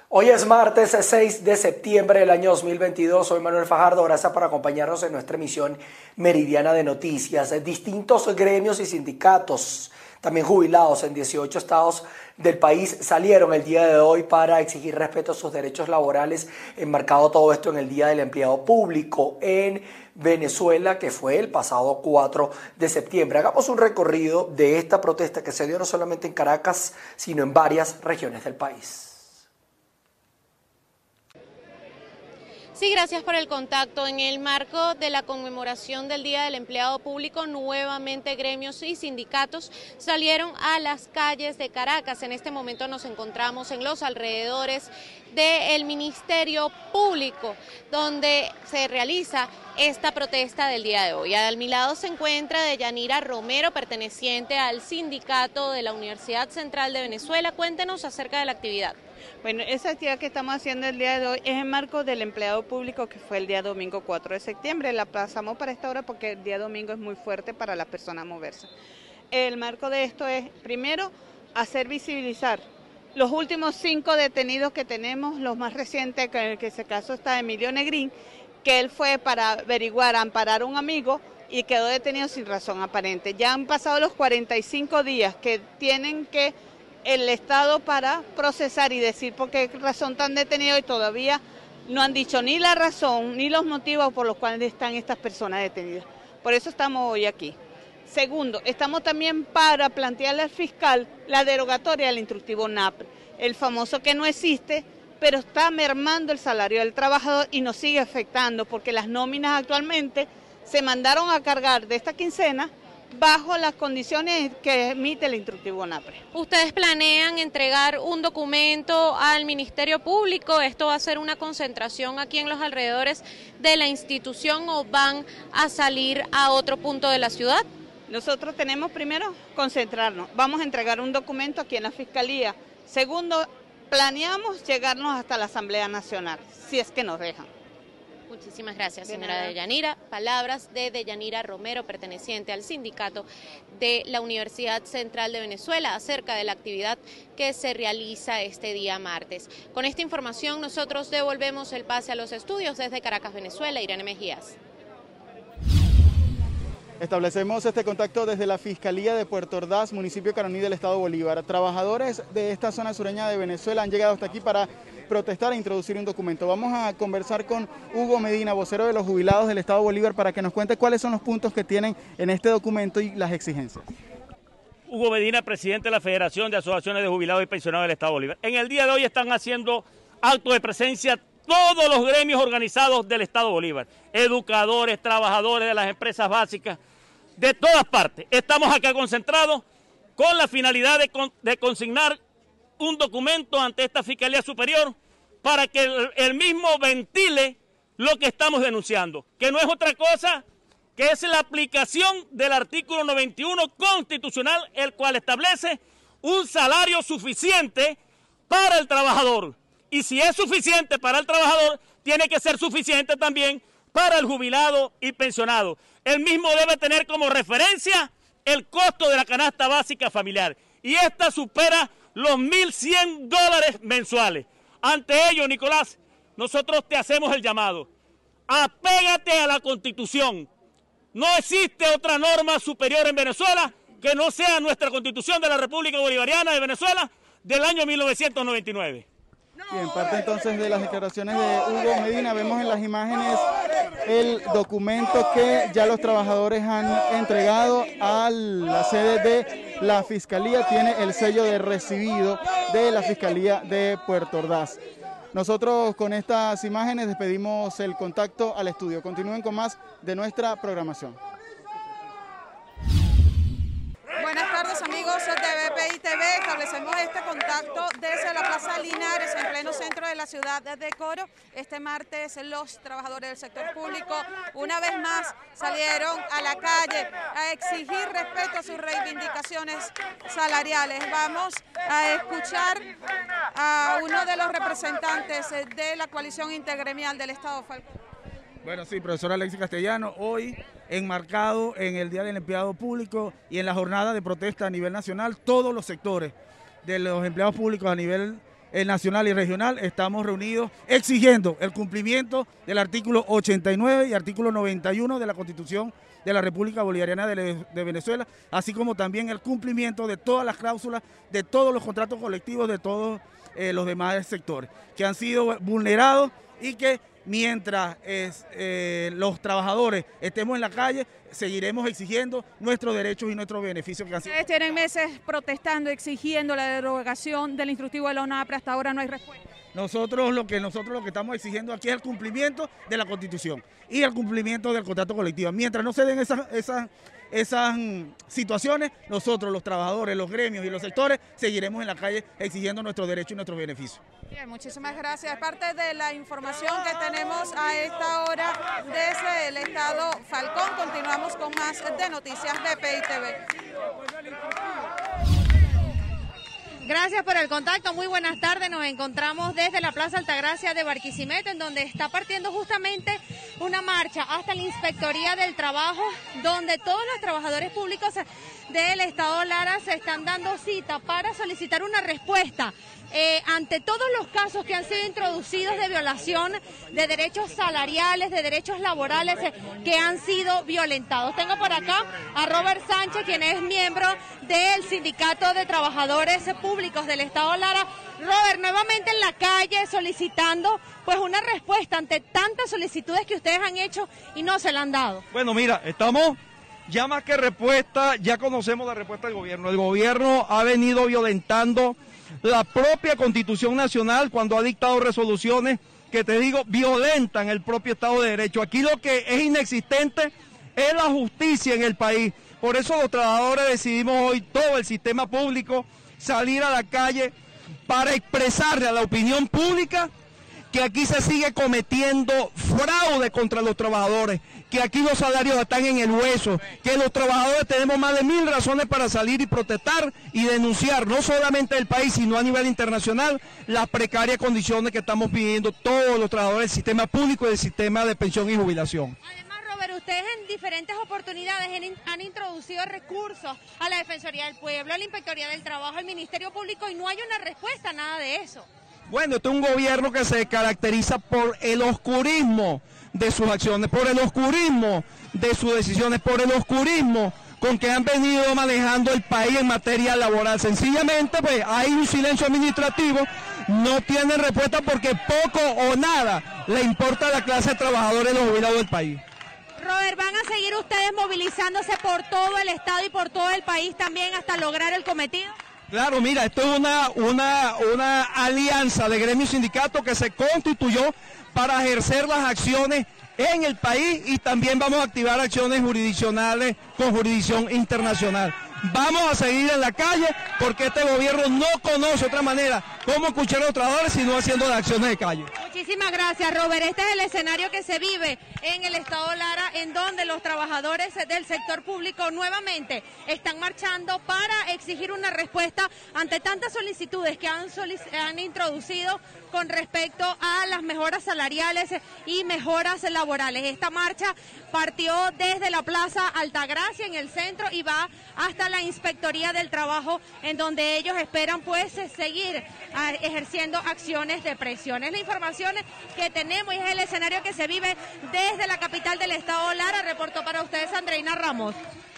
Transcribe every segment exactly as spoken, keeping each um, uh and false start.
Hoy es martes seis de septiembre del año dos mil veintidós. Soy Manuel Fajardo. Gracias por acompañarnos en nuestra emisión meridiana de noticias. Distintos gremios y sindicatos, también jubilados en dieciocho estados del país, salieron el día de hoy para exigir respeto a sus derechos laborales, enmarcado todo esto en el Día del Empleado Público en Venezuela, que fue el pasado cuatro de septiembre. Hagamos un recorrido de esta protesta que se dio no solamente en Caracas, sino en varias regiones del país. Sí, gracias por el contacto. En el marco de la conmemoración del Día del Empleado Público, nuevamente gremios y sindicatos salieron a las calles de Caracas. En este momento nos encontramos en los alrededores del Ministerio Público, donde se realiza esta protesta del día de hoy. A mi lado se encuentra Deyanira Romero, perteneciente al sindicato de la Universidad Central de Venezuela. Cuéntenos acerca de la actividad. Bueno, esa actividad que estamos haciendo el día de hoy es en marco del empleado público, que fue el día domingo cuatro de septiembre. La aplazamos para esta hora porque el día domingo es muy fuerte para las personas moverse. El marco de esto es, primero, hacer visibilizar los últimos cinco detenidos que tenemos, los más recientes, que en el que ese caso está Emilio Negrín, que él fue para averiguar, amparar a un amigo y quedó detenido sin razón aparente. Ya han pasado los cuarenta y cinco días que tienen que el Estado para procesar y decir por qué razón están detenidos, y todavía no han dicho ni la razón ni los motivos por los cuales están estas personas detenidas. Por eso estamos hoy aquí. Segundo, estamos también para plantearle al fiscal la derogatoria del instructivo N A P R, el famoso que no existe, pero está mermando el salario del trabajador y nos sigue afectando porque las nóminas actualmente se mandaron a cargar de esta quincena bajo las condiciones que emite el instructivo N A P R. ¿Ustedes planean entregar un documento al Ministerio Público? ¿Esto va a ser una concentración aquí en los alrededores de la institución o van a salir a otro punto de la ciudad? Nosotros tenemos primero concentrarnos. Vamos a entregar un documento aquí en la Fiscalía. Segundo, planeamos llegarnos hasta la Asamblea Nacional, si es que nos dejan. Muchísimas gracias, señora Deyanira. Palabras de Deyanira Romero, perteneciente al sindicato de la Universidad Central de Venezuela, acerca de la actividad que se realiza este día martes. Con esta información nosotros devolvemos el pase a los estudios desde Caracas, Venezuela. Irene Mejías. Establecemos este contacto desde la Fiscalía de Puerto Ordaz, municipio de Caroní del Estado Bolívar. Trabajadores de esta zona sureña de Venezuela han llegado hasta aquí para protestar e introducir un documento. Vamos a conversar con Hugo Medina, vocero de los jubilados del Estado Bolívar, para que nos cuente cuáles son los puntos que tienen en este documento y las exigencias. Hugo Medina, presidente de la Federación de Asociaciones de Jubilados y Pensionados del Estado Bolívar. En el día de hoy están haciendo acto de presencia todos los gremios organizados del Estado Bolívar, educadores, trabajadores de las empresas básicas, de todas partes. Estamos acá concentrados con la finalidad de, con, de consignar un documento ante esta Fiscalía Superior para que el, el mismo ventile lo que estamos denunciando, que no es otra cosa que es la aplicación del artículo noventa y uno constitucional, el cual establece un salario suficiente para el trabajador. Y si es suficiente para el trabajador, tiene que ser suficiente también para el jubilado y pensionado. El mismo debe tener como referencia el costo de la canasta básica familiar. Y esta supera los mil cien dólares mensuales. Ante ello, Nicolás, nosotros te hacemos el llamado. Apégate a la Constitución. No existe otra norma superior en Venezuela que no sea nuestra Constitución de la República Bolivariana de Venezuela del año mil novecientos noventa y nueve. Y en parte entonces de las declaraciones de Hugo Medina, vemos en las imágenes el documento que ya los trabajadores han entregado a la sede de la Fiscalía. Tiene el sello de recibido de la Fiscalía de Puerto Ordaz. Nosotros con estas imágenes despedimos el contacto al estudio. Continúen con más de nuestra programación. Buenas tardes, amigos de B P I T V. Establecemos este contacto desde la Plaza Linares, en pleno centro de la ciudad de Coro. Este martes los trabajadores del sector público una vez más salieron a la calle a exigir respeto a sus reivindicaciones salariales. Vamos a escuchar a uno de los representantes de la coalición intergremial del Estado, Falcón. Bueno, sí, profesor Alexis Castellano, hoy enmarcado en el Día del Empleado Público y en la jornada de protesta a nivel nacional, todos los sectores de los empleados públicos a nivel el nacional y regional, estamos reunidos exigiendo el cumplimiento del artículo ochenta y nueve y artículo noventa y uno de la Constitución de la República Bolivariana de, de Venezuela, así como también el cumplimiento de todas las cláusulas, de todos los contratos colectivos, de todos eh, los demás sectores, que han sido vulnerados y que mientras es, eh, los trabajadores estemos en la calle, seguiremos exigiendo nuestros derechos y nuestros beneficios. Que han sido... Ustedes tienen meses protestando, exigiendo la derogación del instructivo de la ONAPRE, hasta ahora no hay respuesta. Nosotros lo que nosotros lo que estamos exigiendo aquí es el cumplimiento de la Constitución y el cumplimiento del contrato colectivo. Mientras no se den esas, esas, esas situaciones, nosotros, los trabajadores, los gremios y los sectores, seguiremos en la calle exigiendo nuestros derechos y nuestros beneficios. Bien, muchísimas gracias. Es parte de la información que tenemos a esta hora desde el estado Falcón. Continuamos con más de Noticias B P I T V. Gracias por el contacto, muy buenas tardes. Nos encontramos desde la Plaza Altagracia de Barquisimeto, en donde está partiendo justamente una marcha hasta la Inspectoría del Trabajo, donde todos los trabajadores públicos del Estado Lara se están dando cita para solicitar una respuesta eh, ante todos los casos que han sido introducidos de violación de derechos salariales, de derechos laborales eh, que han sido violentados. Tengo por acá a Robert Sánchez, quien es miembro del Sindicato de Trabajadores Públicos del Estado Lara. Robert, nuevamente en la calle solicitando pues una respuesta ante tantas solicitudes que ustedes han hecho y no se la han dado. Bueno, mira, estamos ya más que respuesta, ya conocemos la respuesta del gobierno. El gobierno ha venido violentando la propia Constitución Nacional cuando ha dictado resoluciones que, te digo, violentan el propio Estado de Derecho. Aquí lo que es inexistente es la justicia en el país. Por eso los trabajadores decidimos hoy, todo el sistema público, salir a la calle para expresarle a la opinión pública que aquí se sigue cometiendo fraude contra los trabajadores, que aquí los salarios están en el hueso, que los trabajadores tenemos más de mil razones para salir y protestar y denunciar, no solamente del país, sino a nivel internacional, las precarias condiciones que estamos viviendo todos los trabajadores del sistema público y del sistema de pensión y jubilación. Pero ustedes en diferentes oportunidades han introducido recursos a la Defensoría del Pueblo, a la Inspectoría del Trabajo, al Ministerio Público, y no hay una respuesta a nada de eso. Bueno, este es un gobierno que se caracteriza por el oscurismo de sus acciones, por el oscurismo de sus decisiones, por el oscurismo con que han venido manejando el país en materia laboral. Sencillamente, pues, hay un silencio administrativo, no tienen respuesta porque poco o nada le importa a la clase de trabajadores y los jubilados del país. Robert, ¿van a seguir ustedes movilizándose por todo el estado y por todo el país también hasta lograr el cometido? Claro, mira, esto es una, una, una alianza de gremios y sindicatos que se constituyó para ejercer las acciones en el país y también vamos a activar acciones jurisdiccionales con jurisdicción internacional. Vamos a seguir en la calle porque este gobierno no conoce otra manera cómo escuchar a los trabajadores sino haciendo las acciones de calle. Muchísimas gracias, Robert. Este es el escenario que se vive en el estado Lara, en donde los trabajadores del sector público nuevamente están marchando para exigir una respuesta ante tantas solicitudes que han, solic han introducido con respecto a las mejoras salariales y mejoras laborales. Esta marcha partió desde la Plaza Altagracia en el centro y va hasta la Inspectoría del Trabajo, en donde ellos esperan pues seguir ejerciendo acciones de presión. Es la información que tenemos y es el escenario que se vive desde la capital del estado Lara. Reportó para ustedes Andreina Ramos.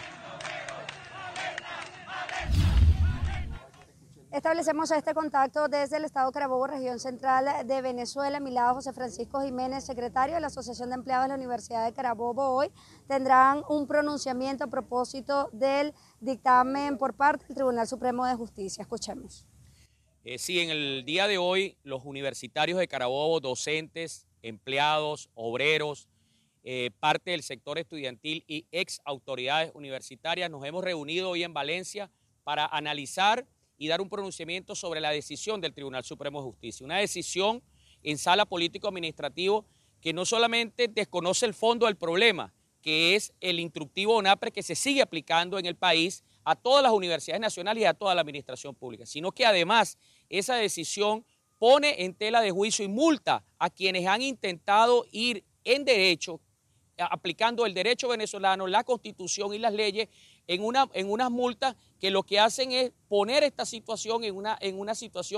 Establecemos este contacto desde el estado Carabobo, región central de Venezuela. A mi lado, José Francisco Jiménez, secretario de la Asociación de Empleados de la Universidad de Carabobo. Hoy tendrán un pronunciamiento a propósito del dictamen por parte del Tribunal Supremo de Justicia. Escuchemos. Eh, sí, en el día de hoy los universitarios de Carabobo, docentes, empleados, obreros, eh, parte del sector estudiantil y ex autoridades universitarias nos hemos reunido hoy en Valencia para analizar y dar un pronunciamiento sobre la decisión del Tribunal Supremo de Justicia. Una decisión en sala político-administrativo que no solamente desconoce el fondo del problema, que es el instructivo ONAPRE que se sigue aplicando en el país a todas las universidades nacionales y a toda la administración pública, sino que además esa decisión pone en tela de juicio y multa a quienes han intentado ir en derecho, aplicando el derecho venezolano, la Constitución y las leyes, en, una, en unas multas que lo que hacen es poner esta situación en una, en una situación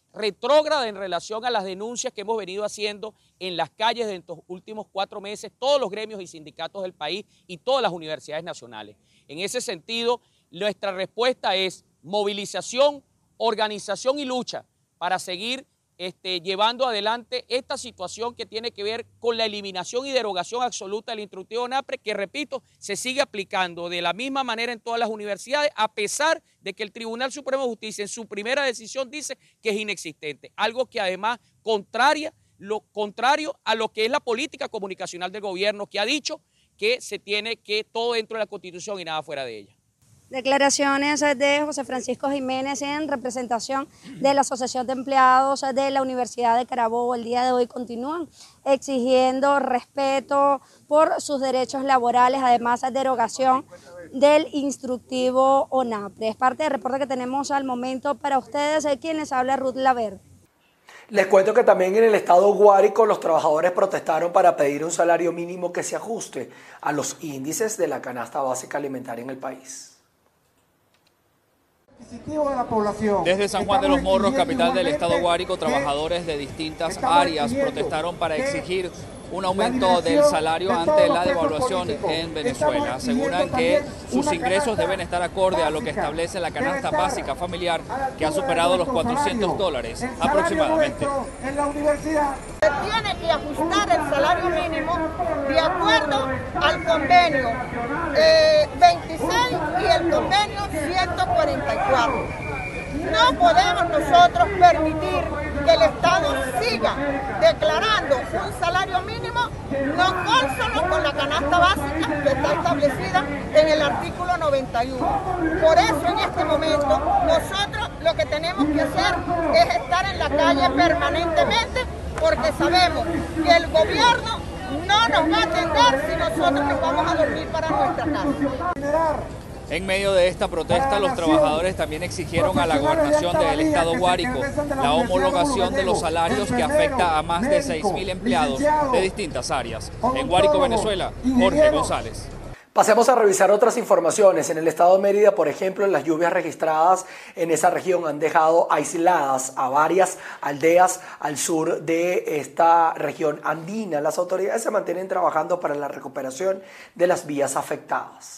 retrógrada en relación a las denuncias que hemos venido haciendo en las calles de estos últimos cuatro meses, todos los gremios y sindicatos del país y todas las universidades nacionales. En ese sentido, nuestra respuesta es movilización, organización y lucha para seguir este, llevando adelante esta situación que tiene que ver con la eliminación y derogación absoluta del instructivo NAPRE, que, repito, se sigue aplicando de la misma manera en todas las universidades, a pesar de que el Tribunal Supremo de Justicia en su primera decisión dice que es inexistente, algo que además contraria, lo contrario a lo que es la política comunicacional del gobierno, que ha dicho que se tiene que todo dentro de la Constitución y nada fuera de ella. Declaraciones de José Francisco Jiménez en representación de la Asociación de Empleados de la Universidad de Carabobo. El día de hoy continúan exigiendo respeto por sus derechos laborales, además de derogación del instructivo ONAPRE. Es parte del reporte que tenemos al momento para ustedes. Quien les habla, Ruth Laver. Les cuento que también en el estado Guárico los trabajadores protestaron para pedir un salario mínimo que se ajuste a los índices de la canasta básica alimentaria en el país. Desde San Juan de los Morros, capital del estado Guárico, trabajadores de distintas áreas protestaron para exigir un aumento del salario ante la devaluación en Venezuela. Aseguran que sus ingresos deben estar acorde a lo que establece la canasta básica familiar, que ha superado los cuatrocientos dólares aproximadamente. Se tiene que ajustar el salario mínimo de acuerdo al convenio eh, veintiséis y el convenio ciento cuarenta y cuatro. No podemos nosotros permitir que el Estado siga declarando un salario mínimo no consono con la canasta básica que está establecida en el artículo noventa y uno. Por eso en este momento nosotros lo que tenemos que hacer es estar en la calle permanentemente, porque sabemos que el gobierno no nos va a atender si nosotros nos vamos a dormir para nuestra casa. En medio de esta protesta, los trabajadores también exigieron a la gobernación del estado Guárico la homologación de los salarios que afecta a más de seis mil empleados de distintas áreas. En Guárico, Venezuela, Jorge González. Pasemos a revisar otras informaciones. En el estado de Mérida, por ejemplo, las lluvias registradas en esa región han dejado aisladas a varias aldeas al sur de esta región andina. Las autoridades se mantienen trabajando para la recuperación de las vías afectadas.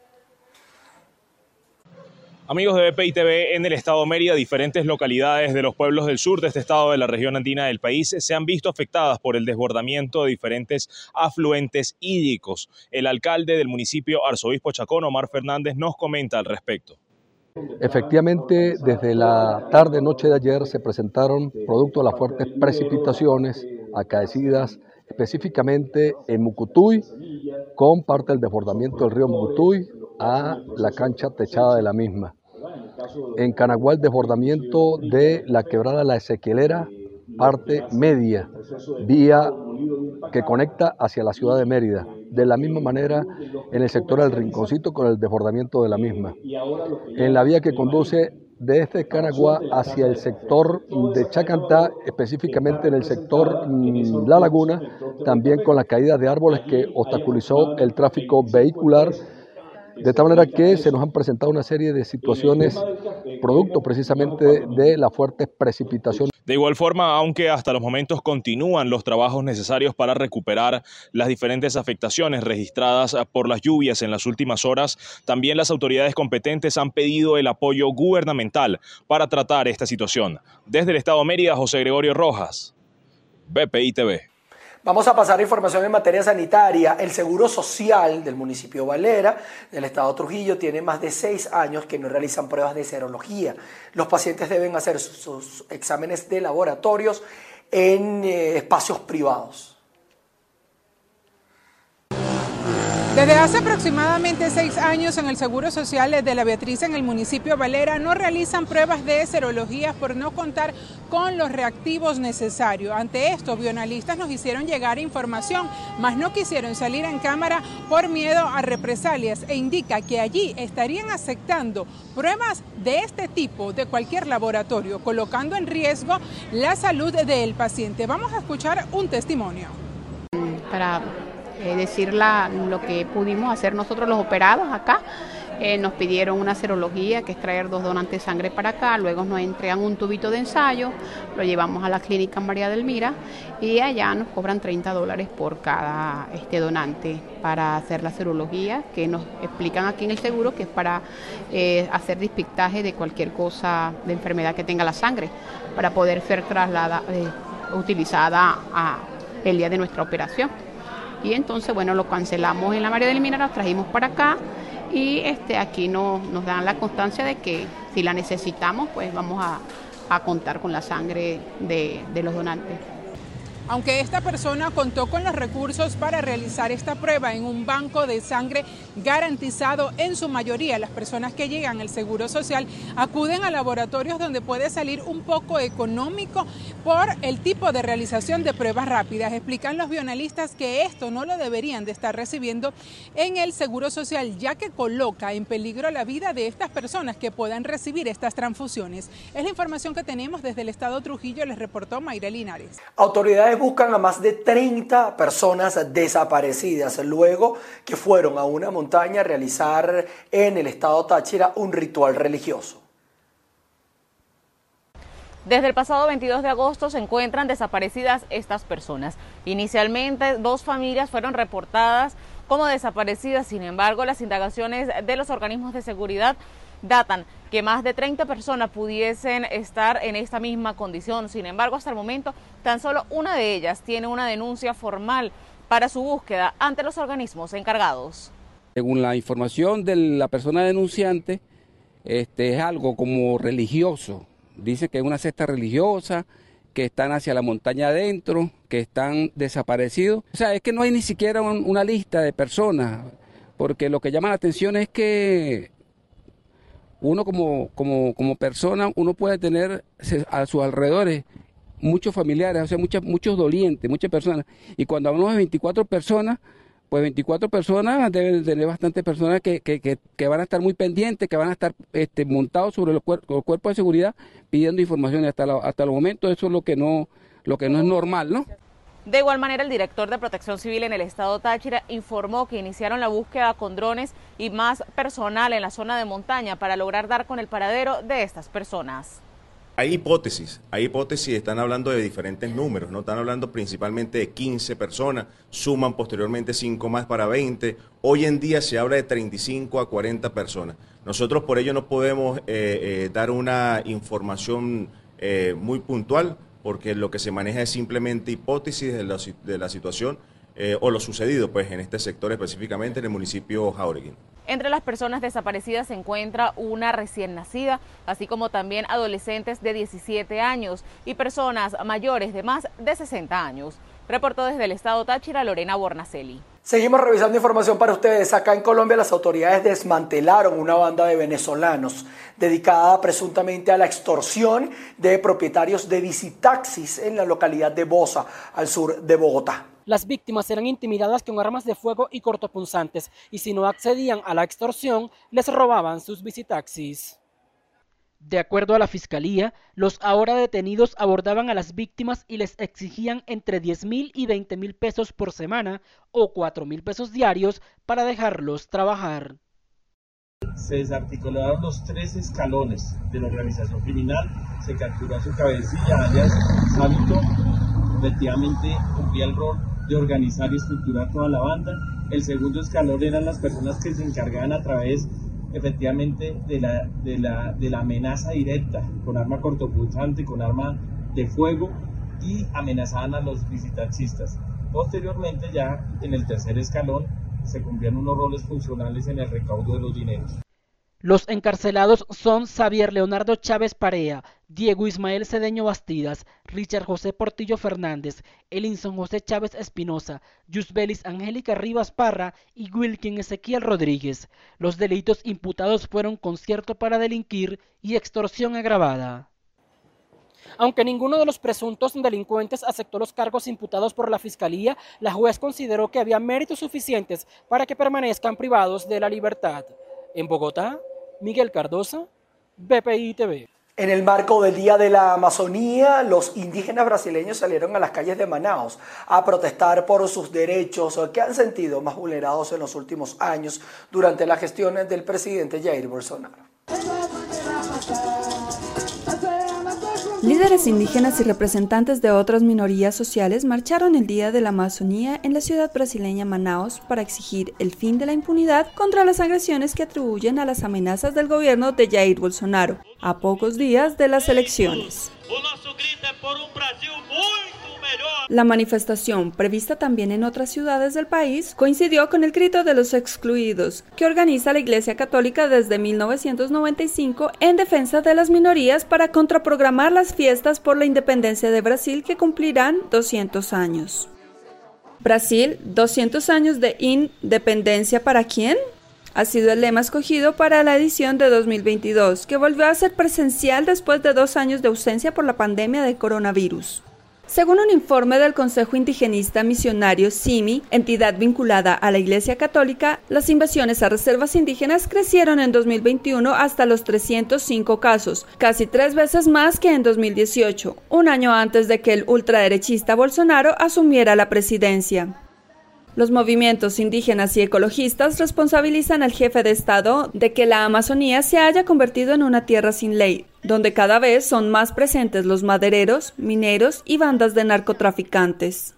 Amigos de B P I T V, en el estado de Mérida, diferentes localidades de los pueblos del sur de este estado de la región andina del país se han visto afectadas por el desbordamiento de diferentes afluentes hídricos. El alcalde del municipio, arzobispo Chacón, Omar Fernández, nos comenta al respecto. Efectivamente, desde la tarde-noche de ayer se presentaron, producto de las fuertes precipitaciones acaecidas específicamente en Mucutuy, con parte del desbordamiento del río Mucutuy a la cancha techada de la misma. En Canaguá, el desbordamiento de la quebrada La Ezequielera, parte media, vía que conecta hacia la ciudad de Mérida. De la misma manera, en el sector del Rinconcito, con el desbordamiento de la misma. En la vía que conduce desde Canaguá hacia el sector de Chacantá, específicamente en el sector mmm, La Laguna, también con la caída de árboles que obstaculizó el tráfico vehicular, de tal manera que se nos han presentado una serie de situaciones producto precisamente de las fuertes precipitaciones. De igual forma, aunque hasta los momentos continúan los trabajos necesarios para recuperar las diferentes afectaciones registradas por las lluvias en las últimas horas, también las autoridades competentes han pedido el apoyo gubernamental para tratar esta situación. Desde el estado de Mérida, José Gregorio Rojas, B P I T V. Vamos a pasar a información en materia sanitaria. El Seguro Social del municipio Valera, del estado Trujillo, tiene más de seis años que no realizan pruebas de serología. Los pacientes deben hacer sus exámenes de laboratorios en eh, espacios privados. Desde hace aproximadamente seis años en el Seguro Social de la Beatriz en el municipio Valera no realizan pruebas de serología por no contar con los reactivos necesarios. Ante esto, bioanalistas nos hicieron llegar información, mas no quisieron salir en cámara por miedo a represalias e indica que allí estarían aceptando pruebas de este tipo de cualquier laboratorio, colocando en riesgo la salud del paciente. Vamos a escuchar un testimonio. Para Eh, decir la, lo que pudimos hacer nosotros los operados acá, Eh, nos pidieron una serología, que es traer dos donantes de sangre para acá, luego nos entregan un tubito de ensayo, lo llevamos a la clínica María Delmira y allá nos cobran treinta dólares por cada este donante para hacer la serología, que nos explican aquí en el seguro que es para eh, hacer despistaje de cualquier cosa de enfermedad que tenga la sangre, para poder ser trasladada, eh, utilizada a el día de nuestra operación. Y entonces, bueno, lo cancelamos en la María Delmira, lo trajimos para acá. Y este, aquí no, nos dan la constancia de que si la necesitamos, pues vamos a, a contar con la sangre de, de los donantes. Aunque esta persona contó con los recursos para realizar esta prueba en un banco de sangre garantizado, en su mayoría las personas que llegan al Seguro Social acuden a laboratorios donde puede salir un poco económico por el tipo de realización de pruebas rápidas. Explican los bioanalistas que esto no lo deberían de estar recibiendo en el Seguro Social, ya que coloca en peligro la vida de estas personas que puedan recibir estas transfusiones. Es la información que tenemos desde el estado Trujillo, les reportó Mayra Linares. Autoridades buscan a más de treinta personas desaparecidas luego que fueron a una montaña a realizar en el estado Táchira un ritual religioso. Desde el pasado veintidós de agosto se encuentran desaparecidas estas personas. Inicialmente dos familias fueron reportadas como desaparecidas, sin embargo las indagaciones de los organismos de seguridad datan que más de treinta personas pudiesen estar en esta misma condición. Sin embargo, hasta el momento, tan solo una de ellas tiene una denuncia formal para su búsqueda ante los organismos encargados. Según la información de la persona denunciante, este es algo como religioso. Dice que es una secta religiosa, que están hacia la montaña adentro, que están desaparecidos. O sea, es que no hay ni siquiera un, una lista de personas, porque lo que llama la atención es que uno como, como, como persona, uno puede tener a sus alrededores muchos familiares, o sea, muchas, muchos dolientes, muchas personas. Y cuando hablamos de veinticuatro personas, pues veinticuatro personas deben tener bastantes personas que, que, que, que van a estar muy pendientes, que van a estar este, montados sobre los, cuer los cuerpos de seguridad pidiendo información. Y hasta, la, hasta el momento eso es lo que no, lo que no es normal, ¿no? De igual manera, el director de Protección Civil en el estado Táchira informó que iniciaron la búsqueda con drones y más personal en la zona de montaña para lograr dar con el paradero de estas personas. Hay hipótesis, hay hipótesis, están hablando de diferentes números, no están hablando principalmente de quince personas, suman posteriormente cinco más para veinte, hoy en día se habla de treinta y cinco a cuarenta personas. Nosotros por ello no podemos eh, eh, dar una información eh, muy puntual, porque lo que se maneja es simplemente hipótesis de la, de la situación eh, o lo sucedido pues en este sector, específicamente en el municipio Jauregui. Entre las personas desaparecidas se encuentra una recién nacida, así como también adolescentes de diecisiete años y personas mayores de más de sesenta años. Reportó desde el estado Táchira Lorena Bornacelli. Seguimos revisando información para ustedes. Acá en Colombia las autoridades desmantelaron una banda de venezolanos dedicada presuntamente a la extorsión de propietarios de visitaxis en la localidad de Bosa, al sur de Bogotá. Las víctimas eran intimidadas con armas de fuego y cortopunzantes y si no accedían a la extorsión, les robaban sus visitaxis. De acuerdo a la Fiscalía, los ahora detenidos abordaban a las víctimas y les exigían entre diez mil y veinte mil pesos por semana o cuatro mil pesos diarios para dejarlos trabajar. Se desarticularon los tres escalones de la organización criminal, se capturó a su cabecilla, alias Salto, efectivamente cumplía el rol de organizar y estructurar toda la banda. El segundo escalón eran las personas que se encargaban a través efectivamente de la, de la, de la amenaza directa, con arma cortopunzante, con arma de fuego, y amenazaban a los visitaxistas. Posteriormente, ya en el tercer escalón, se cumplían unos roles funcionales en el recaudo de los dineros. Los encarcelados son Xavier Leonardo Chávez Parea, Diego Ismael Cedeño Bastidas, Richard José Portillo Fernández, Elinson José Chávez Espinosa, Yusbelis Angélica Rivas Parra y Wilkin Ezequiel Rodríguez. Los delitos imputados fueron concierto para delinquir y extorsión agravada. Aunque ninguno de los presuntos delincuentes aceptó los cargos imputados por la Fiscalía, la juez consideró que había méritos suficientes para que permanezcan privados de la libertad. En Bogotá, Miguel Cardosa, B P I T V. En el marco del Día de la Amazonía, los indígenas brasileños salieron a las calles de Manaus a protestar por sus derechos que han sentido más vulnerados en los últimos años durante la gestión del presidente Jair Bolsonaro. Líderes indígenas y representantes de otras minorías sociales marcharon el Día de la Amazonía en la ciudad brasileña Manaus para exigir el fin de la impunidad contra las agresiones que atribuyen a las amenazas del gobierno de Jair Bolsonaro, a pocos días de las elecciones. La manifestación, prevista también en otras ciudades del país, coincidió con el grito de los excluidos, que organiza la Iglesia Católica desde mil novecientos noventa y cinco en defensa de las minorías para contraprogramar las fiestas por la independencia de Brasil que cumplirán doscientos años. Brasil, doscientos años de independencia ¿para quién? Ha sido el lema escogido para la edición de dos mil veintidós, que volvió a ser presencial después de dos años de ausencia por la pandemia de coronavirus. Según un informe del Consejo Indigenista Misionario S I M I, entidad vinculada a la Iglesia Católica, las invasiones a reservas indígenas crecieron en dos mil veintiuno hasta los trescientos cinco casos, casi tres veces más que en dos mil dieciocho, un año antes de que el ultraderechista Bolsonaro asumiera la presidencia. Los movimientos indígenas y ecologistas responsabilizan al jefe de Estado de que la Amazonía se haya convertido en una tierra sin ley, donde cada vez son más presentes los madereros, mineros y bandas de narcotraficantes.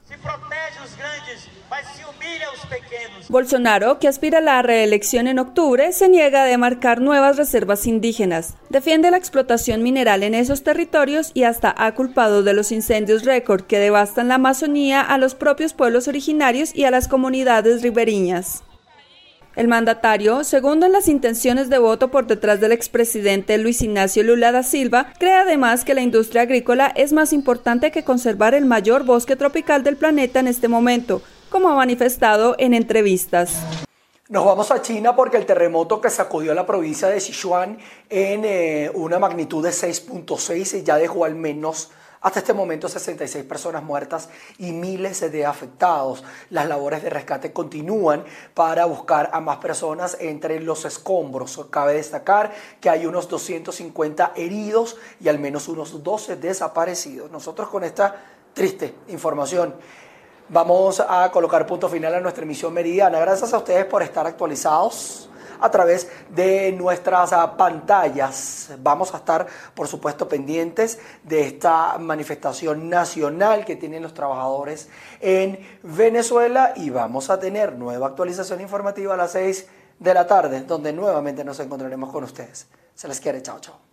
Bolsonaro, que aspira a la reelección en octubre, se niega a demarcar nuevas reservas indígenas, defiende la explotación mineral en esos territorios y hasta ha culpado de los incendios récord que devastan la Amazonía a los propios pueblos originarios y a las comunidades ribereñas. El mandatario, segundo en las intenciones de voto por detrás del expresidente Luis Ignacio Lula da Silva, cree además que la industria agrícola es más importante que conservar el mayor bosque tropical del planeta en este momento, como ha manifestado en entrevistas. Nos vamos a China porque el terremoto que sacudió la provincia de Sichuan en eh, una magnitud de seis punto seis ya dejó al menos hasta este momento sesenta y seis personas muertas y miles de afectados. Las labores de rescate continúan para buscar a más personas entre los escombros. Cabe destacar que hay unos doscientos cincuenta heridos y al menos unos doce desaparecidos. Nosotros con esta triste información vamos a colocar punto final a nuestra emisión meridiana. Gracias a ustedes por estar actualizados a través de nuestras pantallas. Vamos a estar, por supuesto, pendientes de esta manifestación nacional que tienen los trabajadores en Venezuela y vamos a tener nueva actualización informativa a las seis de la tarde, donde nuevamente nos encontraremos con ustedes. Se les quiere. Chao, chao.